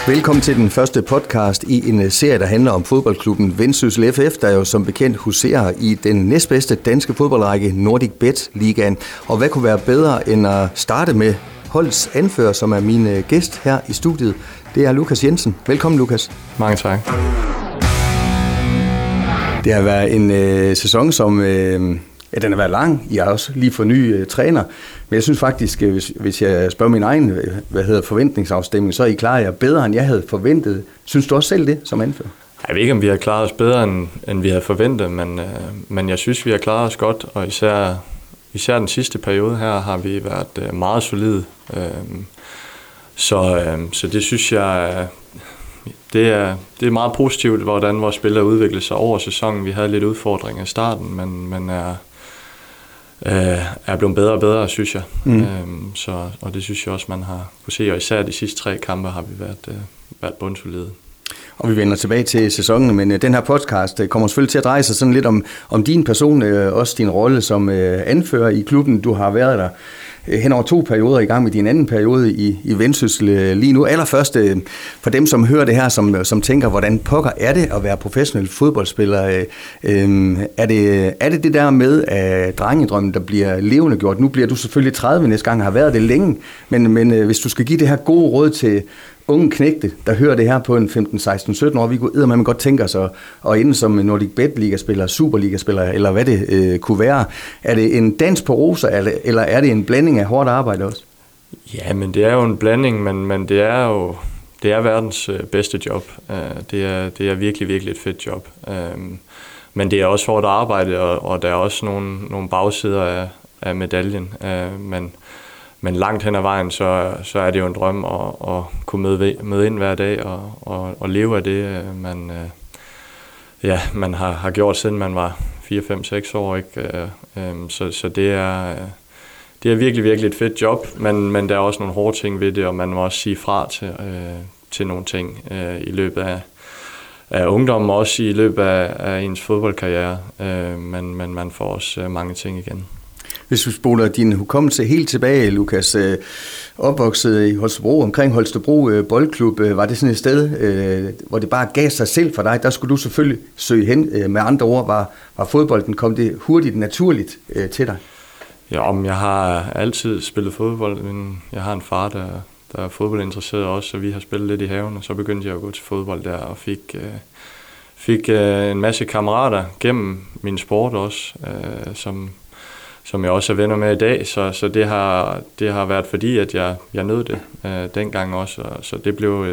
Velkommen til den første podcast i en serie, der handler om fodboldklubben Vendsyssel FF, der jo som bekendt huserer i den næstbedste danske fodboldrække Nordic Bet Ligaen. Og hvad kunne være bedre end at starte med holdets anfører, som er min gæst her i studiet. Det er Lukas Jensen. Velkommen, Lukas. Mange tak. Det har været en sæson, som den har været lang. I har også lige fået ny træner. Men jeg synes faktisk, hvis jeg spørger min egen forventningsafstemning, så er I klaret jer bedre, end jeg havde forventet. Synes du også selv det som anfører? Jeg ved ikke, om vi har klaret os bedre, end vi havde forventet, men jeg synes, vi har klaret os godt, og især den sidste periode her har vi været meget solide. Så det synes jeg, det er meget positivt, hvordan vores spillere udvikler sig over sæsonen. Vi havde lidt udfordringer i starten, men er blevet bedre og bedre, synes jeg. Og det synes jeg også, man har kunne se, og især de sidste 3 kampe har vi været bundsolide. Og vi vender tilbage til sæsonen, men den her podcast kommer selvfølgelig til at dreje sig sådan lidt om din person, også din rolle som anfører i klubben. Du har været der hen over 2 perioder i gang med din anden periode i Vendsyssel lige nu. Allerførst for dem, som hører det her, som tænker, hvordan pokker er det at være professionel fodboldspiller? Er det der med drengedrømmen, der bliver levende gjort? Nu bliver du selvfølgelig 30 næste gang, har været det længe, men hvis du skal give det her gode råd til unge knægte, der hører det her på en 15, 16, 17 år, vi kunne eddermame godt tænke os at ende som Nordic Bet Liga-spiller, Superliga-spiller, eller hvad det kunne være. Er det en dans på roser, eller er det en blanding af hårdt arbejde også? Ja, men det er jo en blanding, men det er verdens bedste job. Det er virkelig, virkelig et fedt job. Men det er også hårdt arbejde, og der er også nogle bagsider af medaljen. Men langt hen ad vejen, så er det jo en drøm at kunne møde ind hver dag og leve af det, man har gjort, siden man var 4, 5, 6 år. Ikke? Så det er virkelig, virkelig et fedt job, men der er også nogle hårde ting ved det, og man må også sige fra til nogle ting i løbet af ungdommen, og også i løbet af ens fodboldkarriere, men man får også mange ting igen. Hvis du spoler din hukommelse helt tilbage, Lukas, opvokset i Holstebro, omkring Holstebro Boldklub, var det sådan et sted, hvor det bare gav sig selv for dig? Der skulle du selvfølgelig søge hen. Med andre ord, var fodbolden, kom det hurtigt, naturligt til dig? Ja, jeg har altid spillet fodbold. Jeg har en far, der er fodboldinteresseret også, så vi har spillet lidt i haven, og så begyndte jeg at gå til fodbold der, og fik en masse kammerater gennem min sport også, som jeg også er venner med i dag, så det har været fordi, at jeg nød det dengang også, så det blev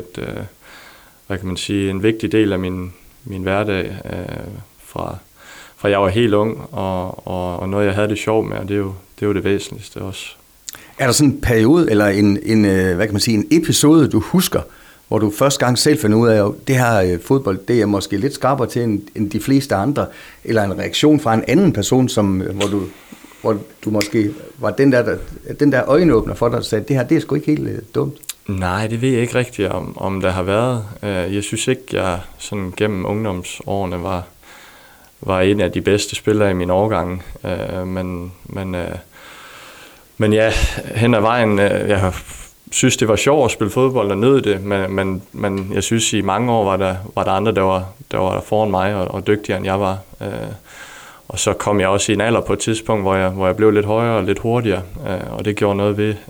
en vigtig del af min hverdag fra jeg var helt ung, og noget jeg havde det sjovt med, og det er jo det væsentligste også. Er der sådan en periode, eller en episode, du husker, hvor du første gang selv finder ud af, at det her fodbold, det er måske lidt skarpere til end de fleste andre, eller en reaktion fra en anden person, hvor du måske var den der øjenåbner for dig, der sagde, det her, det er sgu ikke helt dumt? Nej, det ved jeg ikke rigtigt, om der har været. Jeg synes ikke, jeg sådan gennem ungdomsårene var en af de bedste spillere i min årgang. Men ja, hen ad vejen, jeg synes, det var sjovt at spille fodbold og nød det, men jeg synes, i mange år var der andre, der var foran mig og dygtigere, end jeg var. Og så kom jeg også i en alder på et tidspunkt, hvor jeg blev lidt højere og lidt hurtigere, og det gjorde noget ved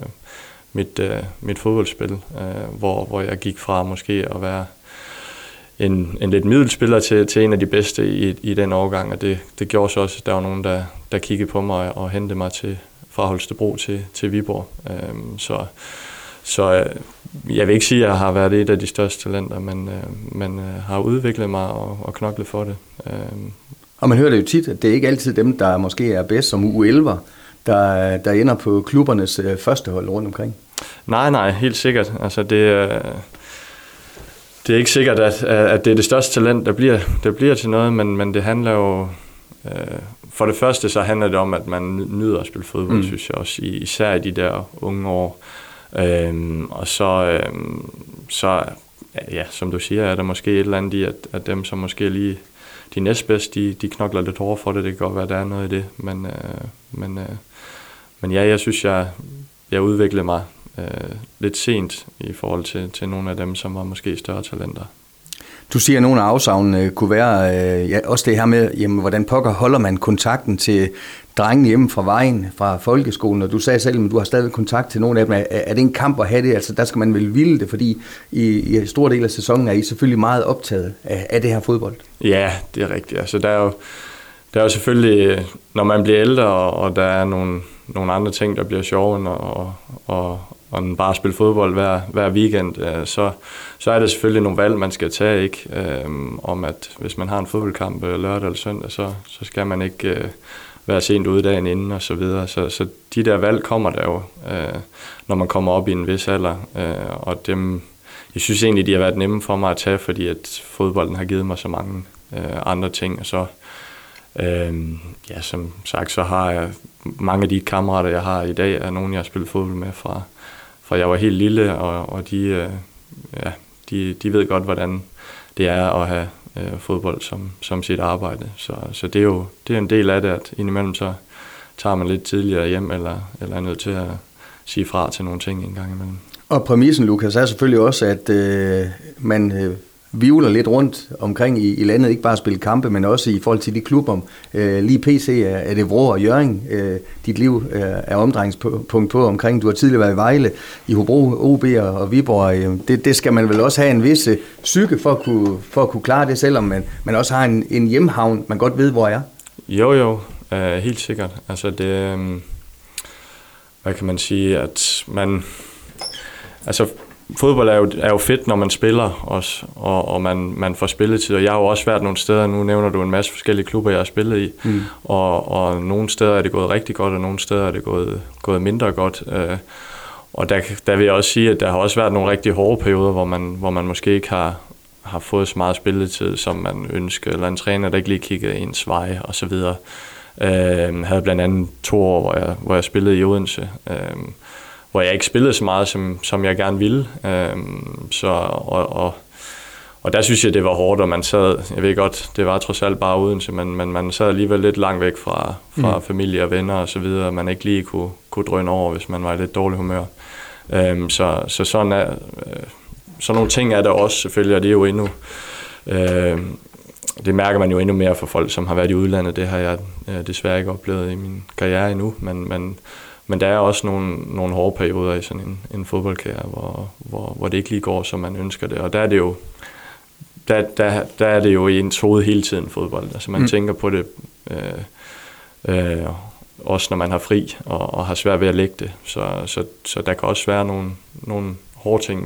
mit fodboldspil, hvor jeg gik fra måske at være en lidt middelspiller til en af de bedste i den årgang, og det gjorde så også, at der var nogen, der kiggede på mig og hentede mig fra Holstebro til Viborg. Så jeg vil ikke sige, at jeg har været et af de største talenter, men har udviklet mig og knoklet for det. Og man hører det jo tit, at det er ikke altid dem, der måske er bedst som U11'er, der ender på klubbernes første hold rundt omkring. Nej, helt sikkert. Altså det er ikke sikkert, at det er det største talent, der bliver til noget, men det handler jo... For det første så handler det om, at man nyder at spille fodbold, synes jeg også, især i de der unge år. Og så som du siger, er der måske et eller andet i, at dem, som måske lige de næstbedste, de knokler lidt hårdere for det. Det kan godt være, der er noget i det. Men ja, jeg synes, jeg udviklede mig lidt sent i forhold til nogle af dem, som var måske større talenter. Du siger, at nogle af afsavnene kunne være også det her med, jamen, hvordan pokker holder man kontakten til drengene hjemme fra vejen, fra folkeskolen, og du sagde selv, at du har stadig kontakt til nogle af dem. Er det en kamp at have det? Altså, der skal man vel ville det, fordi i en stor del af sæsonen er I selvfølgelig meget optaget af det her fodbold. Ja, det er rigtigt. Altså, der er jo selvfølgelig, når man bliver ældre, og der er nogle andre ting, der bliver sjove, og bare spille fodbold hver weekend, så er det selvfølgelig nogle valg, man skal tage, ikke? Om at hvis man har en fodboldkamp lørdag eller søndag, så skal man ikke være sent ude dagen inden og så videre. Så de der valg kommer der jo, når man kommer op i en vis alder, og dem, jeg synes egentlig, de har været nemme for mig at tage, fordi at fodbolden har givet mig så mange andre ting, og så som sagt, så har jeg mange af de kammerater, jeg har i dag, er nogen, jeg har spillet fodbold med fra jeg var helt lille, og de ved godt, hvordan det er at have fodbold som sit arbejde. Så det er en del af det, at indimellem så tager man lidt tidligere hjem, eller er nødt til at sige fra til nogle ting en gang imellem. Og præmissen, Lukas, er selvfølgelig også, at man vivler lidt rundt omkring i landet, ikke bare spille kampe, men også i forhold til de klubber. Lige PC er det Vrå og Hjørring, dit liv er omdrejningspunkt på omkring. Du har tidligere været i Vejle, i Hobro, OB og Viborg. Det skal man vel også have en vis psyke for at kunne klare det, selvom man også har en hjemhavn, man godt ved, hvor er. Jo, helt sikkert. Altså det, hvad kan man sige, at man, altså fodbold er jo fedt, når man spiller også, og man får spilletid, og jeg har jo også været nogle steder, nu nævner du en masse forskellige klubber, jeg har spillet i, og nogle steder er det gået rigtig godt, og nogle steder er det gået mindre godt, og der vil jeg også sige, at der har også været nogle rigtig hårde perioder, hvor man måske ikke har fået så meget spilletid, som man ønsker, eller en træner, der ikke lige kigger ens vej, og så videre. Havde blandt andet 2 år, hvor jeg spillede i Odense, hvor jeg ikke spillede så meget, som jeg gerne ville. Og der synes jeg, det var hårdt, og man sad, jeg ved godt, det var trods alt bare Odense, men man sad alligevel lidt langt væk fra familie og venner og så videre, man ikke lige kunne drøne over, hvis man var i lidt dårlig humør. Så sådan er, sådan nogle ting er der også selvfølgelig, og det er jo endnu, det mærker man jo endnu mere for folk, som har været i udlandet. Det har jeg desværre ikke oplevet i min karriere endnu, men der er også nogle hårde perioder i sådan en fodboldkarriere, hvor det ikke lige går, som man ønsker det. Og der er det jo, der er det jo i ens hoved hele tiden fodbold. Altså man tænker på det, også når man har fri og har svært ved at lægge det. Så der kan også være nogle hårde ting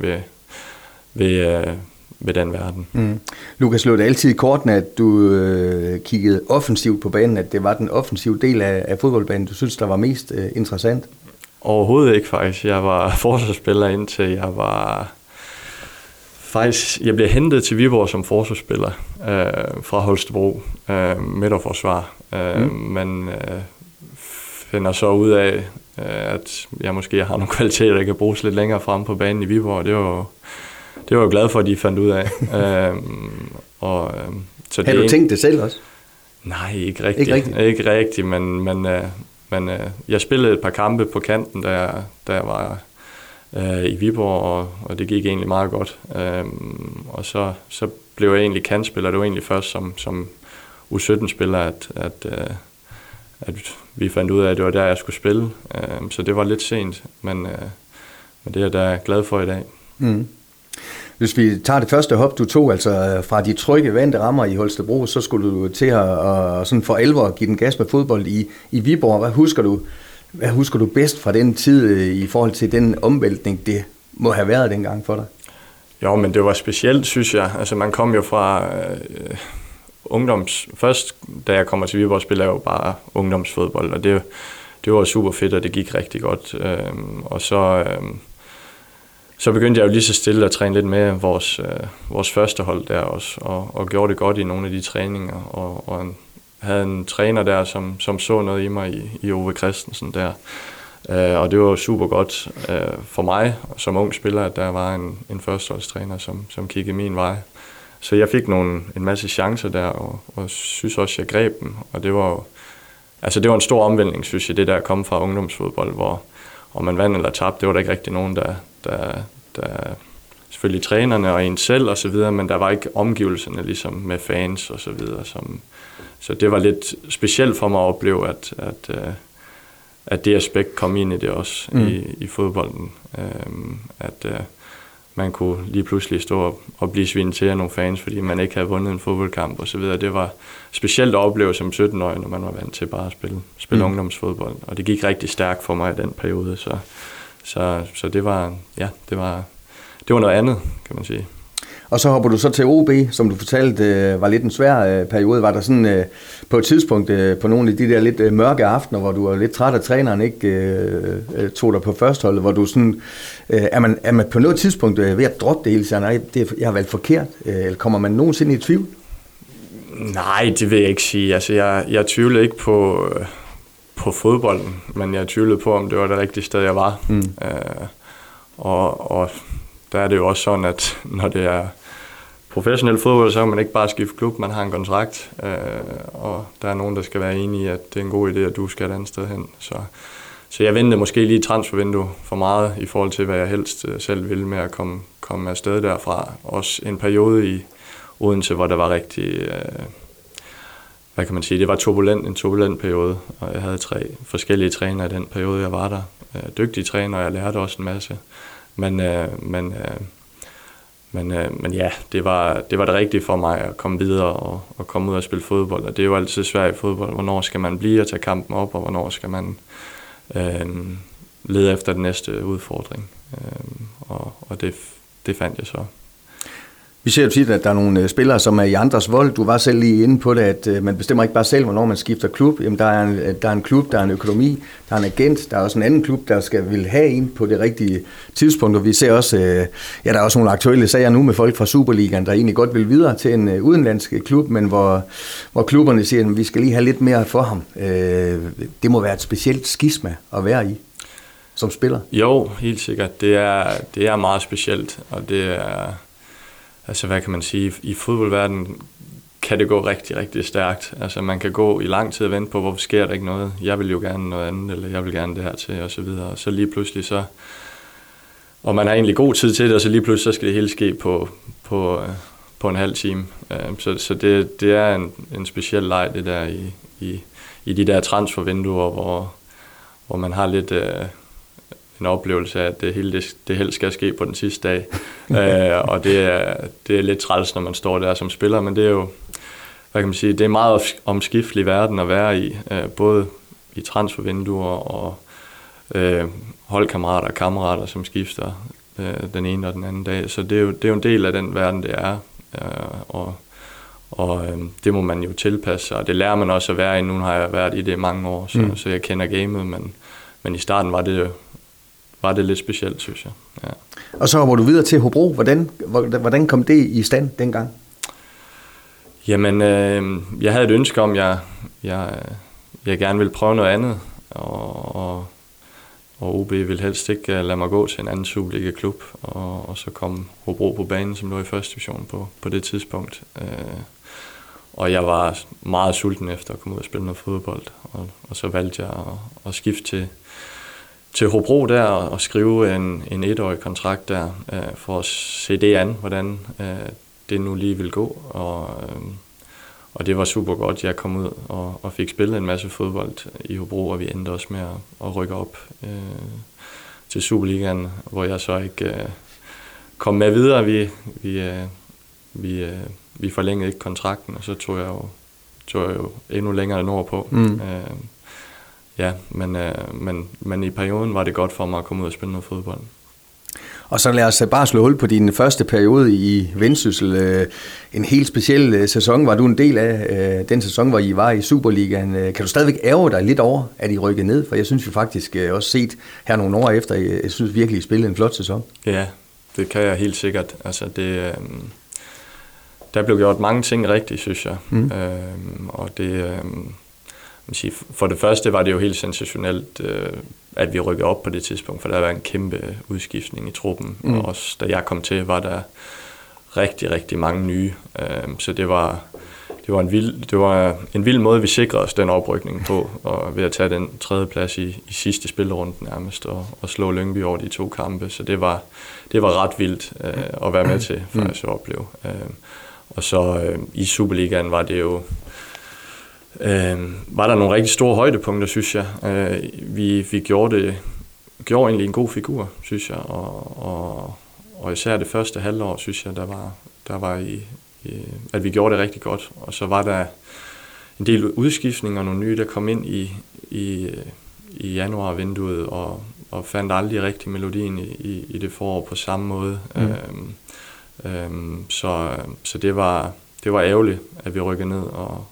ved den verden. Lukas, lå det altid i kortene, at du kiggede offensivt på banen, at det var den offensive del af fodboldbanen, du synes, der var mest interessant? Overhovedet ikke, faktisk. Jeg var forsvarsspiller indtil jeg var... Jeg blev hentet til Viborg som forsvarsspiller fra Holstebro, midterforsvar, men finder så ud af, at jeg måske har nogle kvaliteter, der kan bruges lidt længere frem på banen i Viborg. Det var jeg glad for, at de fandt ud af. Så har du tænkt det selv også? Nej, ikke rigtigt, men jeg spillede et par kampe på kanten, da jeg var i Viborg, og det gik egentlig meget godt. Og så blev jeg egentlig kantspiller. Det var egentlig først som U17-spiller, at vi fandt ud af, at det var der, jeg skulle spille. Så det var lidt sent, men det er jeg da glad for i dag. Hvis vi tager det første hop, du tog, altså fra de trygge vante rammer i Holstebro, så skulle du til at sådan for alvor give den gas med fodbold i Viborg. Hvad husker du bedst fra den tid i forhold til den omvæltning, det må have været dengang for dig? Jo, men det var specielt, synes jeg. Altså man kom jo fra først da jeg kommer til Viborg, spiller jeg jo bare ungdomsfodbold, og det var super fedt, og det gik rigtig godt. Og så begyndte jeg jo lige så stille at træne lidt med vores første hold der også, og gjorde det godt i nogle af de træninger, og havde en træner der, som så noget i mig i Ove Christensen der. Og det var super godt for mig som ung spiller, at der var en førsteholdstræner, som kiggede min vej. Så jeg fik en masse chancer der, og synes også, jeg greb dem. Og det var en stor omvæltning, synes jeg, det der kom fra ungdomsfodbold, hvor om man vandt eller tabte, det var der ikke rigtig nogen, der selvfølgelig trænerne og en selv og så videre, men der var ikke omgivelserne ligesom med fans og så videre. Så det var lidt specielt for mig at opleve, at det aspekt kom ind i det også i fodbolden. Man kunne lige pludselig stå og blive svinet til af nogle fans, fordi man ikke havde vundet en fodboldkamp og så videre. Det var specielt at opleve som 17-årig, når man var vant til bare at spille ungdomsfodbold. Og det gik rigtig stærkt for mig i den periode, så det var noget andet, kan man sige. Og så hopper du så til OB, som du fortalte, var lidt en svær periode. Var der sådan på et tidspunkt på nogle af de der lidt mørke aftener, hvor du var lidt træt af træneren, ikke tog dig på førsteholdet, hvor du sådan, er man på noget tidspunkt ved at droppe det hele, så nej, jeg har valgt forkert, eller kommer man nogensinde i tvivl? Nej, det vil jeg ikke sige. Altså, jeg tvivlede ikke på fodbolden, men jeg tvivlede på, om det var det rigtige sted, jeg var. Og der er det jo også sådan, at når det er professionel fodbold, så kan man ikke bare skifte klub, man har en kontrakt, og der er nogen, der skal være enige i, at det er en god idé, at du skal et andet sted hen. Så jeg ventede måske lige et transfervindue for meget i forhold til, hvad jeg helst selv ville med at komme afsted derfra. Også en periode i Odense, hvor der var rigtig, hvad kan man sige, det var en turbulent periode, og jeg havde 3 forskellige trænere i den periode, jeg var der. Dygtige trænere, og jeg lærte også en masse. Men ja, det var det rigtige for mig at komme videre og komme ud og spille fodbold. Og det er jo altid svært i fodbold. Hvornår skal man blive og tage kampen op, og hvornår skal man lede efter den næste udfordring. Og det fandt jeg så. Vi ser jo tit, at der er nogle spillere, som er i andres vold. Du var selv lige inde på det, at man bestemmer ikke bare selv, hvornår man skifter klub. Jamen, der er en klub, der er en økonomi, der er en agent, der er også en anden klub, der vil have en på det rigtige tidspunkt. Og vi ser også, der er også nogle aktuelle sager nu med folk fra Superligaen, der egentlig godt vil videre til en udenlandsk klub, men hvor klubberne siger, at vi skal lige have lidt mere for ham. Det må være et specielt skisma at være i som spiller. Jo, helt sikkert. Det er meget specielt, og det er... Altså, hvad kan man sige? I fodboldverdenen kan det gå rigtig, rigtig stærkt. Altså, man kan gå i lang tid og vente på, hvorfor sker der ikke noget? Jeg vil jo gerne noget andet, eller jeg vil gerne det her til, og så videre. Og så lige pludselig så... Og man har egentlig god tid til det, og så lige pludselig så skal det hele ske på en halv time. Så det er en speciel leg, det der i de der transfervinduer, hvor man har lidt... en oplevelse af, at det helst skal ske på den sidste dag. Og det er lidt træls, når man står der som spiller, men det er jo, hvad kan man sige, det er meget omskiftelig verden at være i, både i transfervinduer og holdkammerater og kammerater, som skifter den ene og den anden dag. Så det er jo en del af den verden, det er. Og det må man jo tilpasse sig, og det lærer man også at være i. Nu har jeg været i det i mange år, så jeg kender gamet, men i starten var det lidt specielt, synes jeg. Ja. Og så var du videre til Hobro. Hvordan kom det i stand dengang? Jamen, jeg havde et ønske om, jeg gerne ville prøve noget andet, og OB ville helst ikke lade mig gå til en anden Superliga-klub, og så kom Hobro på banen, som lå i første division på det tidspunkt. Og jeg var meget sulten efter at komme ud og spille noget fodbold, og så valgte jeg at skifte til Hobro der og skrive en 1-årig kontrakt der, for at se det an, hvordan det nu lige vil gå. Og det var super godt. Jeg kom ud og fik spillet en masse fodbold i Hobro, og vi endte også med at rykke op til Superligaen, hvor jeg så ikke kom med videre. Vi forlængede ikke kontrakten, og så tog jeg jo endnu længere nordpå. Ja, men i perioden var det godt for mig at komme ud og spille noget fodbold. Og så lad os bare slå hul på din første periode i Vendsyssel. En helt speciel sæson var du en del af, den sæson, hvor I var i Superligaen. Kan du stadigvæk ærge dig lidt over, at I rykkede ned? For jeg synes jo faktisk også set her nogle år efter, jeg synes virkelig, I spillede en flot sæson. Ja, det kan jeg helt sikkert. Altså der blev gjort mange ting rigtigt, synes jeg. Og det... For det første var det jo helt sensationelt, at vi rykkede op på det tidspunkt, for der var en kæmpe udskiftning i truppen. Og også da jeg kom til, var der rigtig, rigtig mange nye. Så det var det var en vild måde, vi sikrede os den oprykning på, og ved at tage den 3. plads i sidste spillerunde nærmest, og slå Lyngby over de 2 kampe. Så det var ret vildt at være med til, faktisk at opleve. Og så i Superligaen var det jo... var der nogle rigtig store højdepunkter, synes jeg. Vi gjorde egentlig en god figur, synes jeg, og især det første halvår, synes jeg, der var at vi gjorde det rigtig godt. Og så var der en del udskiftninger og nogle nye, der kom ind i januarvinduet, og fandt aldrig rigtig melodien i det forår på samme måde. Så det var ærgerligt, at vi rykkede ned,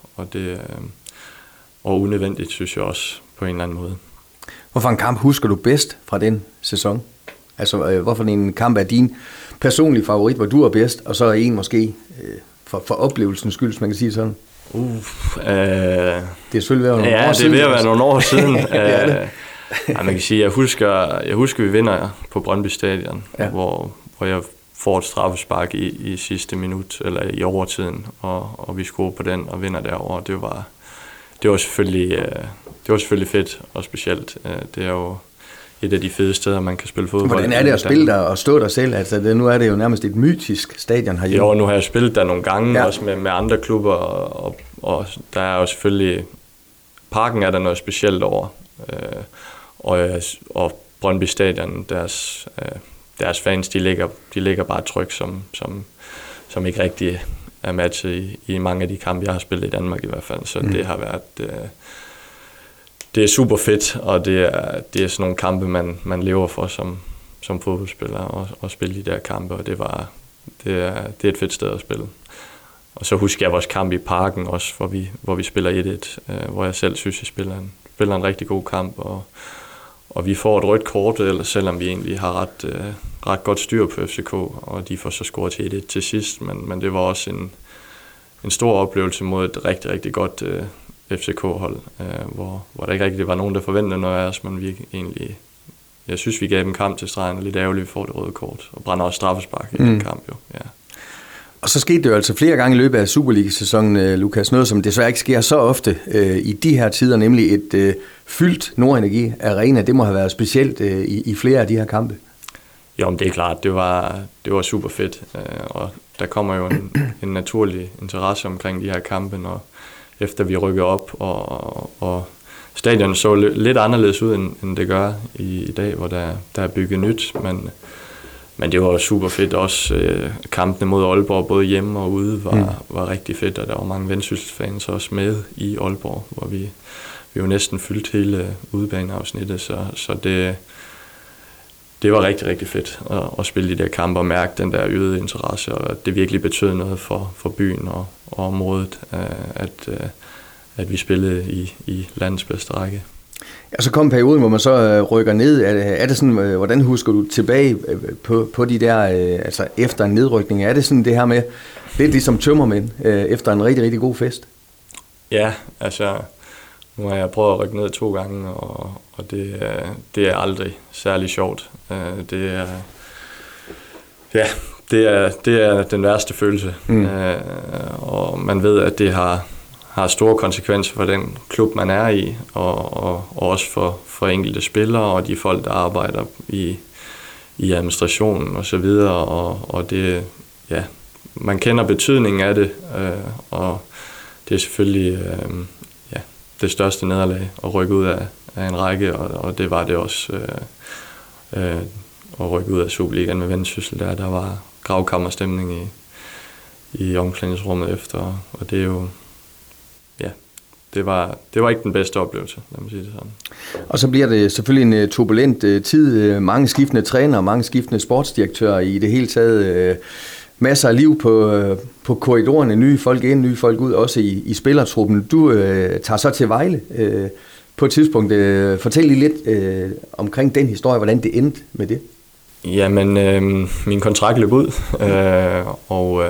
og unødvendigt, synes jeg også, på en eller anden måde. Hvorfor en kamp husker du bedst fra den sæson? Altså, hvorfor en kamp er din personlige favorit, hvor du er bedst, og så er en måske for oplevelsens skyld, hvis man kan sige sådan? Det er selvfølgelig ved at være nogle år siden. Ja, det er ved at være nogle år siden. Man kan sige, jeg husker, vi vinder på Brøndby Stadion, hvor jeg får et straffespark i sidste minut, eller i overtiden, og vi scorer på den og vinder derovre. Det var selvfølgelig fedt og specielt. Det er jo et af de fede steder, man kan spille fodbold. Hvordan er det at spille der og stå der selv? Altså, nu er det jo nærmest et mytisk stadion herhjemme. Jo, nu har jeg spillet der nogle gange, også med andre klubber, og der er jo selvfølgelig... Parken er der noget specielt over, og Brøndby Stadion, deres fans, de ligger bare tryk, som ikke rigtig er matchet i mange af de kampe, jeg har spillet i Danmark i hvert fald. Så det har været... Det er super fedt, og det er sådan nogle kampe, man lever for som fodboldspiller, og spille de der kampe, og det er et fedt sted at spille. Og så husker jeg vores kamp i Parken også, hvor vi spiller 1-1, hvor jeg selv synes, jeg spiller en rigtig god kamp, og vi får et rødt kort, selvom vi egentlig har ret godt styr på FCK, og de får så scoret til 1-1 til sidst, men det var også en stor oplevelse mod et rigtig, rigtig godt FCK-hold, hvor der ikke rigtig var nogen, der forventede noget af os, men jeg synes, vi gav dem kamp til stregen, og lidt ærgerligt, vi får det røde kort, og brænder også straffespark i den kamp, jo. Ja. Og så skete det jo altså flere gange i løbet af Superliga-sæsonen, Lukas, noget som desværre ikke sker så ofte i de her tider, nemlig et fyldt Nordenergi Arena. Det må have været specielt i flere af de her kampe. Jo, men det er klart, det var super fedt, og der kommer jo en naturlig interesse omkring de her kampe, når efter vi rykker op, og stadion så lidt anderledes ud, end det gør i dag, hvor der er bygget nyt, men det var super fedt også. Kampene mod Aalborg, både hjemme og ude, var rigtig fedt, og der var mange Vendsyssel-fans også med i Aalborg, hvor vi jo næsten fyldte hele udebaneafsnittet, så det var rigtig, rigtig fedt at spille de der kampe og mærke den der øgede interesse, og at det virkelig betød noget for byen og området, at vi spillede i landets bedste række. Og så kom perioden, hvor man så rykker ned. Er det sådan, hvordan husker du tilbage på de der, altså efter en nedrykning? Er det sådan det her med, lidt ligesom tømmermænd efter en rigtig, rigtig god fest? Ja, altså nu har jeg prøvet at rykke ned 2 gange, og det er aldrig særlig sjovt. Det er den værste følelse, og man ved, at det har store konsekvenser for den klub, man er i, og også for enkelte spillere og de folk, der arbejder i administrationen og så videre, og det, ja, man kender betydningen af det, og det er selvfølgelig det største nederlag at rykke ud af en række, og det var det også at rykke ud af Superligaen med Vendsyssel. Der var gravkammerstemning i omklædningsrummet efter, og det er jo, ja, det var ikke den bedste oplevelse, lad mig sige det sådan. Og så bliver det selvfølgelig en turbulent tid, mange skiftende trænere, mange skiftende sportsdirektører, i det hele taget masser af liv på korridorerne, nye folk ind, nye folk ud, også i spillertruppen. Du tager så til Vejle på et tidspunkt. Fortæl lige lidt omkring den historie, hvordan det endte med det. Jamen, min kontrakt løb ud, og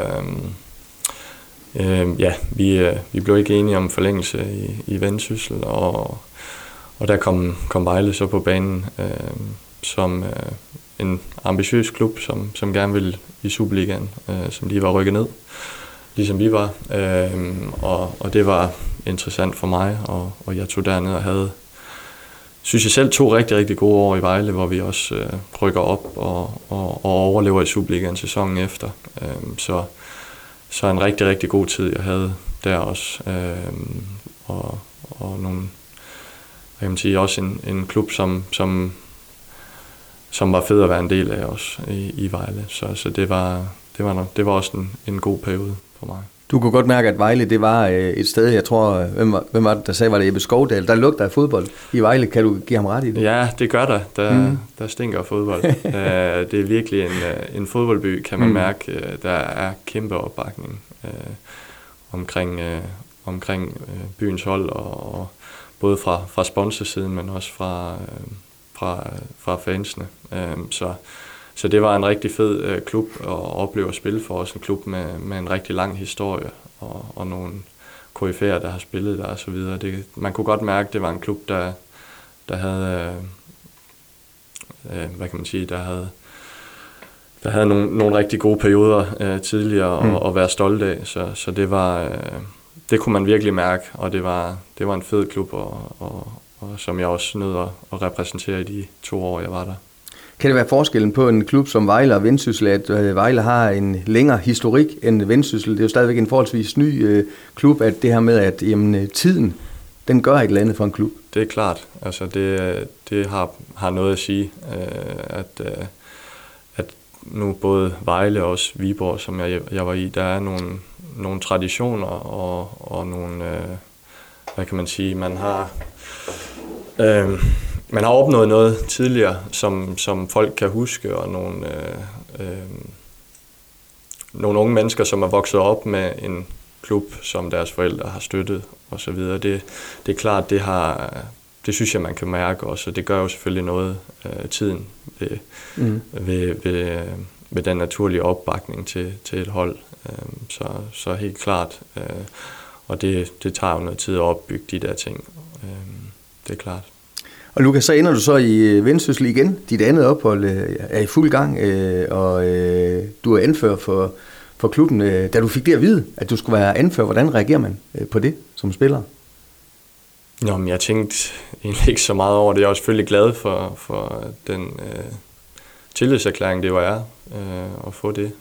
vi blev ikke enige om forlængelse i Vendsyssel, og der kom Vejle så på banen som en ambitiøs klub, som gerne ville i Superligaen, som lige var rykket ned. ligesom vi var. Og det var interessant for mig, og jeg tog derned og havde, synes jeg selv, 2 rigtig, rigtig gode år i Vejle, hvor vi også rykker op og overlever i Superligaen sæsonen efter. Så en rigtig, rigtig god tid, jeg havde der også. Og nogle, jeg kan sige, også en klub, som var fed at være en del af også i Vejle. Så det var også en god periode for mig. Du kunne godt mærke, at Vejle, det var et sted, jeg tror, hvem var det, der sagde, var det Ebbe Skovdal, der lugter af fodbold i Vejle. Kan du give ham ret i det? Ja, det gør der. Der stinker fodbold. Det er virkelig en fodboldby, kan man mærke. Der er kæmpe opbakning omkring byens hold, og både fra sponsorsiden, men også fra fansene. Så det var en rigtig fed klub at opleve at spille for os. En klub med en rigtig lang historie og nogle koryfæer, der har spillet der og så videre. Man kunne godt mærke, at det var en klub, der havde, hvad kan man sige, der havde nogle rigtig gode perioder tidligere at være stolt af. Så det kunne man virkelig mærke, og det var en fed klub, og som jeg også nød at repræsentere i de 2 år, jeg var der. Kan det være forskellen på en klub som Vejle og Vendsyssel, at Vejle har en længere historik end Vendsyssel? Det er jo stadigvæk en forholdsvis ny klub, at det her med, at tiden, den gør et eller andet for en klub. Det er klart. Altså det har noget at sige, at nu både Vejle og også Viborg, som jeg var i, der er nogle traditioner og nogle, hvad kan man sige, man har opnået noget tidligere, som folk kan huske, og nogle unge mennesker, som er vokset op med en klub, som deres forældre har støttet osv. Det er klart, det synes jeg, man kan mærke også, og det gør jo selvfølgelig noget tiden ved den naturlige opbakning til et hold. Så helt klart, og det tager jo noget tid at opbygge de der ting. Det er klart. Og Lukas, så ender du så i Vendsyssel igen. Dit andet ophold er i fuld gang, og du er anfører for klubben. Da du fik det at vide, at du skulle være anfører, hvordan reagerer man på det som spiller? Nå, men jeg tænkte egentlig ikke så meget over det. Jeg er selvfølgelig glad for den tillidserklæring, det jo er at få det.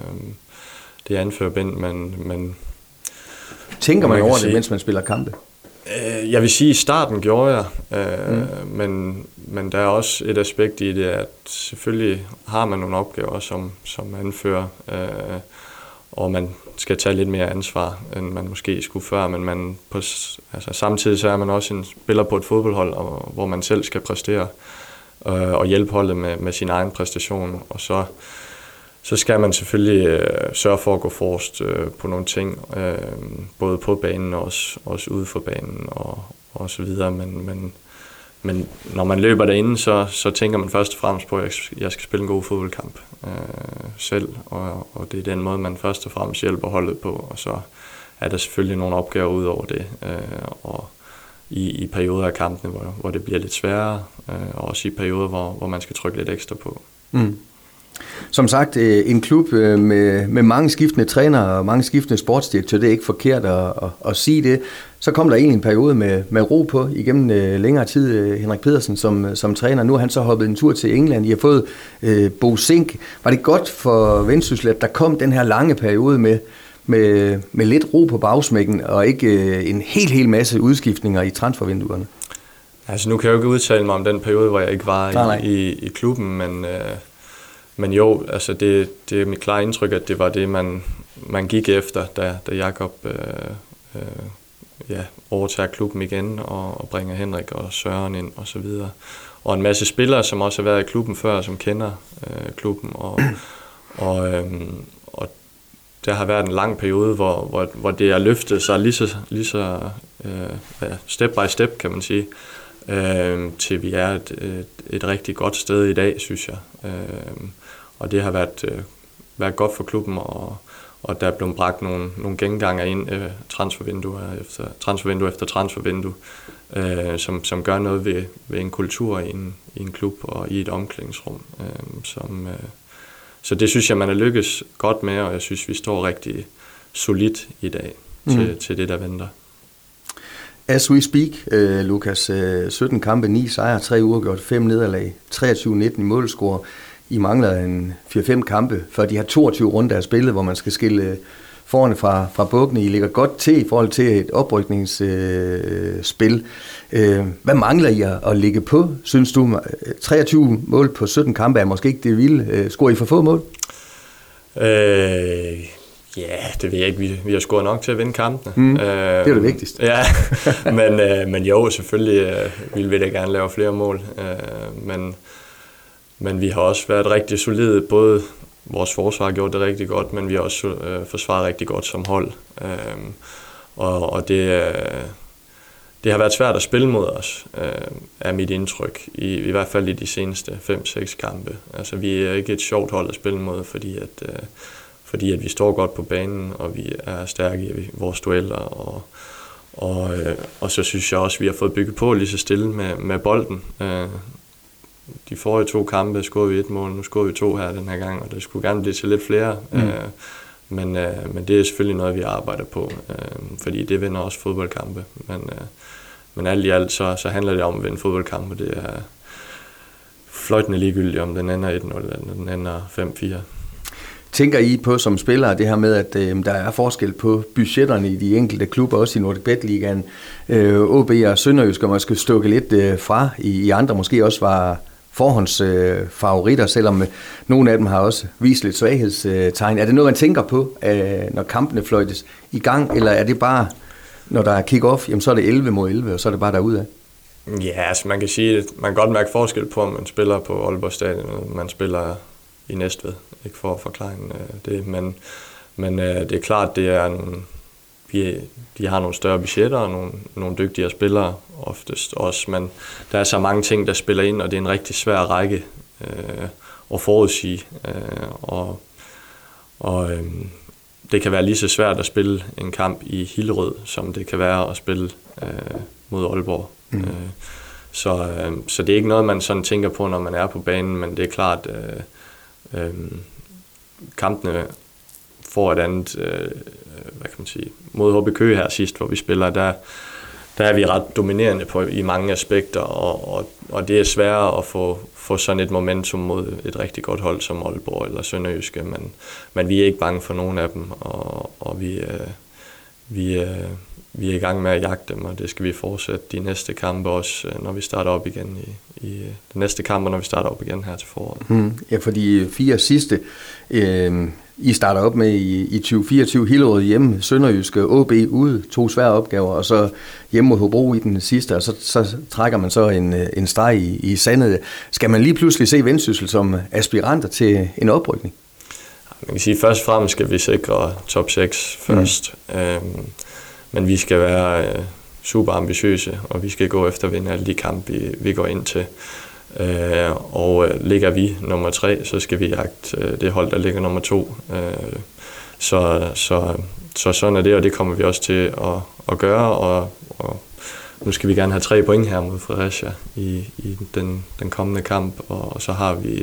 Det anførerbind, men tænker man over det, mens man spiller kampe? Jeg vil sige, at i starten gjorde jeg, men der er også et aspekt i det, at selvfølgelig har man nogle opgaver som anfører, og man skal tage lidt mere ansvar, end man måske skulle før, men samtidig så er man også en spiller på et fodboldhold, hvor man selv skal præstere og hjælpe holdet med sin egen præstation, og så skal man selvfølgelig sørge for at gå forrest på nogle ting, både på banen og også ude for banen og så videre. Men når man løber derinde, så tænker man først og fremmest på, at jeg skal spille en god fodboldkamp selv, og det er den måde, man først og fremmest hjælper holdet på, og så er der selvfølgelig nogle opgaver ud over det, og i perioder af kampene, hvor det bliver lidt sværere, og også i perioder, hvor man skal trykke lidt ekstra på. Mm. Som sagt, en klub med mange skiftende trænere og mange skiftende sportsdirektører, det er ikke forkert at sige det. Så kom der egentlig en periode med ro på igennem længere tid, Henrik Pedersen som træner. Nu har han så hoppet en tur til England. I har fået Bo Zink. Var det godt for Vendsyssel, at der kom den her lange periode med lidt ro på bagsmækken og ikke en hel masse udskiftninger i transfervinduerne? Altså nu kan jeg jo ikke udtale mig om den periode, hvor jeg ikke var i klubben, men jo, altså det er mit klare indtryk, at det var det, man gik efter, da Jakob overtager klubben igen og bringer Henrik og Søren ind og så videre. Og en masse spillere, som også har været i klubben før, som kender klubben. Og der har været en lang periode, hvor det er løftet sig lige så step by step, kan man sige, til vi er et rigtig godt sted i dag, synes jeg. Og det har været godt for klubben, og der er blevet bragt nogle genganger ind, transfervindue efter transfervindue, som gør noget ved en kultur i en klub og i et omklædningsrum. Så det synes jeg, man er lykkes godt med, og jeg synes, vi står rigtig solidt i dag til det, der venter. As we speak, Lukas, 17 kampe, 9 sejre, 3 uafgjort, 5 nederlag, 23-19 i målscore. I mangler en 4-5 kampe, før de har 22 runder af spillet, hvor man skal skille forerne fra bukkene. I ligger godt til i forhold til et oprykningsspil. Hvad mangler I at ligge på, synes du? 23 mål på 17 kampe er måske ikke det vilde. Scorer I for få mål? Ja, det ved jeg ikke. Vi har scoret nok til at vinde kampene. Det er det vigtigste. Ja, men jo, selvfølgelig ville vi da gerne lave flere mål. Men vi har også været rigtig solide. Både vores forsvar har gjort det rigtig godt, men vi har også forsvaret rigtig godt som hold. Og det har været svært at spille mod os, er mit indtryk. I hvert fald i de seneste 5-6 kampe. Altså, vi er ikke et sjovt hold at spille mod, fordi at vi står godt på banen, og vi er stærke i vores dueller. Og så synes jeg også, at vi har fået bygget på lige så stille med bolden. De forrige 2 kampe scorede vi 1 mål, nu scorede vi 2 her den her gang, og det skulle gerne blive til lidt flere. Men det er selvfølgelig noget, vi arbejder på, fordi det vinder også fodboldkampe. Men alt i alt, så handler det om at vinde fodboldkampe. Det er fløjtende ligegyldigt, om den ender 1-0 eller den ender 5-4. Tænker I på som spillere det her med, at der er forskel på budgetterne i de enkelte klubber, også i Nordic Bet Ligaen? OB og Sønderjysk, og man skal stukke lidt fra. I andre måske også var forhåndsfavoritter, selvom nogle af dem har også vist lidt svaghedstegn. Er det noget, man tænker på, når kampene fløjtes i gang, eller er det bare, når der er kick-off, jamen så er det 11 mod 11, og så er det bare derudad? Ja, altså man kan sige, at man kan godt mærke forskel på, om man spiller på Aalborg Stadion, og man spiller i Næstved, ikke for at forklare det, men det er klart, det er de har nogle større budgetter og nogle dygtigere spillere oftest også, men der er så mange ting, der spiller ind, og det er en rigtig svær række at forudsige, og det kan være lige så svært at spille en kamp i Hillerød, som det kan være at spille mod Aalborg. Så det er ikke noget, man sådan tænker på, når man er på banen, men det er klart, kampene får et andet, hvad kan man sige, mod HB Køge her sidst, hvor vi spiller, der er vi ret dominerende i mange aspekter, og det er sværere at få sådan et momentum mod et rigtig godt hold som Aalborg eller Sønderjyske, men vi er ikke bange for nogen af dem, og vi er i gang med at jagte dem, og det skal vi fortsætte de næste kampe også, når vi starter op igen i de næste kampe, når vi starter op igen her til foråret. Ja, for de 4 sidste, I starter op med i 2024, Hillerød hjemme, Sønderjyske, OB ude, 2 svære opgaver, og så hjemme mod Hobro i den sidste, og så trækker man så en streg i sandet. Skal man lige pludselig se Vendsyssel som aspiranter til en oprykning? Man kan sige, at først og fremmest skal vi sikre top 6 først. Men vi skal være super ambitiøse, og vi skal gå efter at vinde alle de kampe, vi går ind til. Og ligger vi nummer 3, så skal vi jagte det hold, der ligger nummer 2. Så sådan er det, og det kommer vi også til at gøre. Og nu skal vi gerne have 3 point her mod Fredericia i den kommende kamp, og så har vi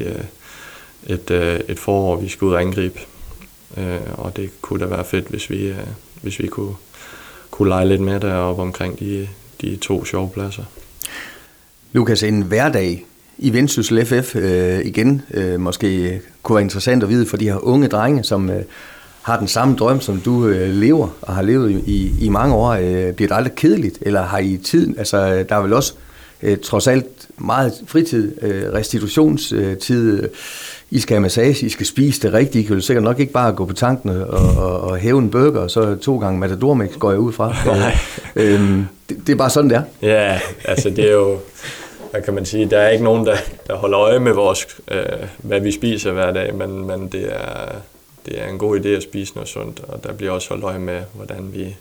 et forår, vi skal ud og angribe. Og det kunne da være fedt, hvis vi kunne lege lidt med deroppe omkring de 2 sjove pladser. Lukas, en hverdag i Vendsyssel FF igen måske kunne være interessant at vide for de her unge drenge, som har den samme drøm, som du lever og har levet i mange år. Bliver det aldrig kedeligt, eller har I tiden? Altså, der er vel også trods alt meget fritid, restitutionstid. I skal have massage, I skal spise det rigtigt. I kan jo sikkert nok ikke bare gå på tanken og hæve en burger, og så 2 gange Matador-mix går jeg ud fra. Det er bare sådan, det er. Ja, altså det er jo, hvad kan man sige, der er ikke nogen, der holder øje med vores, hvad vi spiser hver dag, men det er en god idé at spise noget sundt, og der bliver også holdt øje med, hvordan vi,